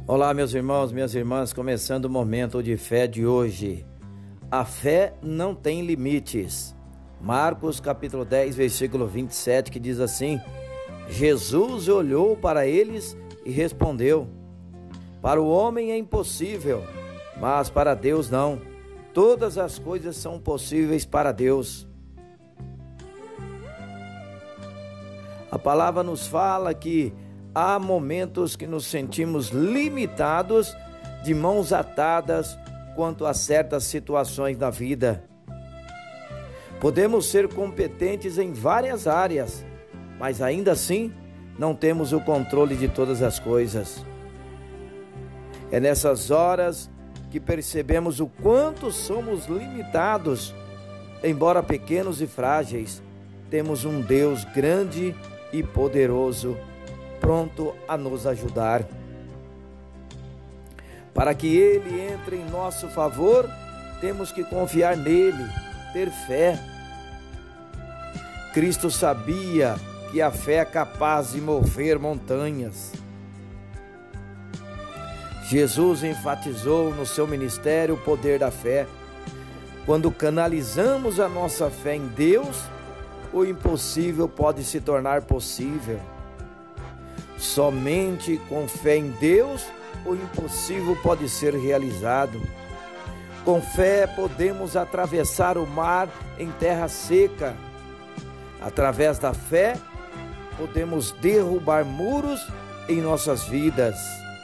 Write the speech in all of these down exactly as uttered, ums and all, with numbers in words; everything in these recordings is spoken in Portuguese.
Olá, meus irmãos, minhas irmãs, começando o momento de fé de hoje. A fé não tem limites. Marcos capítulo dez, versículo vinte e sete, que diz assim: Jesus olhou para eles e respondeu: para o homem é impossível, mas para Deus não. Todas as coisas são possíveis para Deus. A palavra nos fala que há momentos que nos sentimos limitados, de mãos atadas quanto a certas situações da vida. Podemos ser competentes em várias áreas, mas ainda assim não temos o controle de todas as coisas. É nessas horas que percebemos o quanto somos limitados. Embora pequenos e frágeis, temos um Deus grande e poderoso, pronto a nos ajudar. Para que Ele entre em nosso favor, temos que confiar nele, ter fé. Cristo sabia que a fé é capaz de mover montanhas. Jesus enfatizou no seu ministério o poder da fé. Quando canalizamos a nossa fé em Deus, o impossível pode se tornar possível. Somente com fé em Deus, o impossível pode ser realizado. Com fé podemos atravessar o mar em terra seca. Através da fé, podemos derrubar muros em nossas vidas.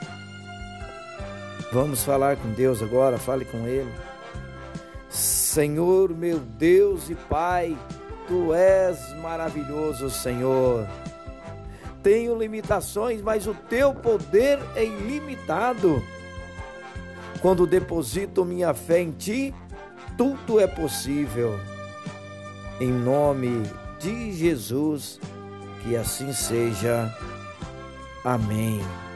Vamos falar com Deus agora, fale com Ele. Senhor, meu Deus e Pai, Tu és maravilhoso, Senhor. Tenho limitações, mas o Teu poder é ilimitado. Quando deposito minha fé em Ti, tudo é possível. Em nome de Jesus, que assim seja. Amém.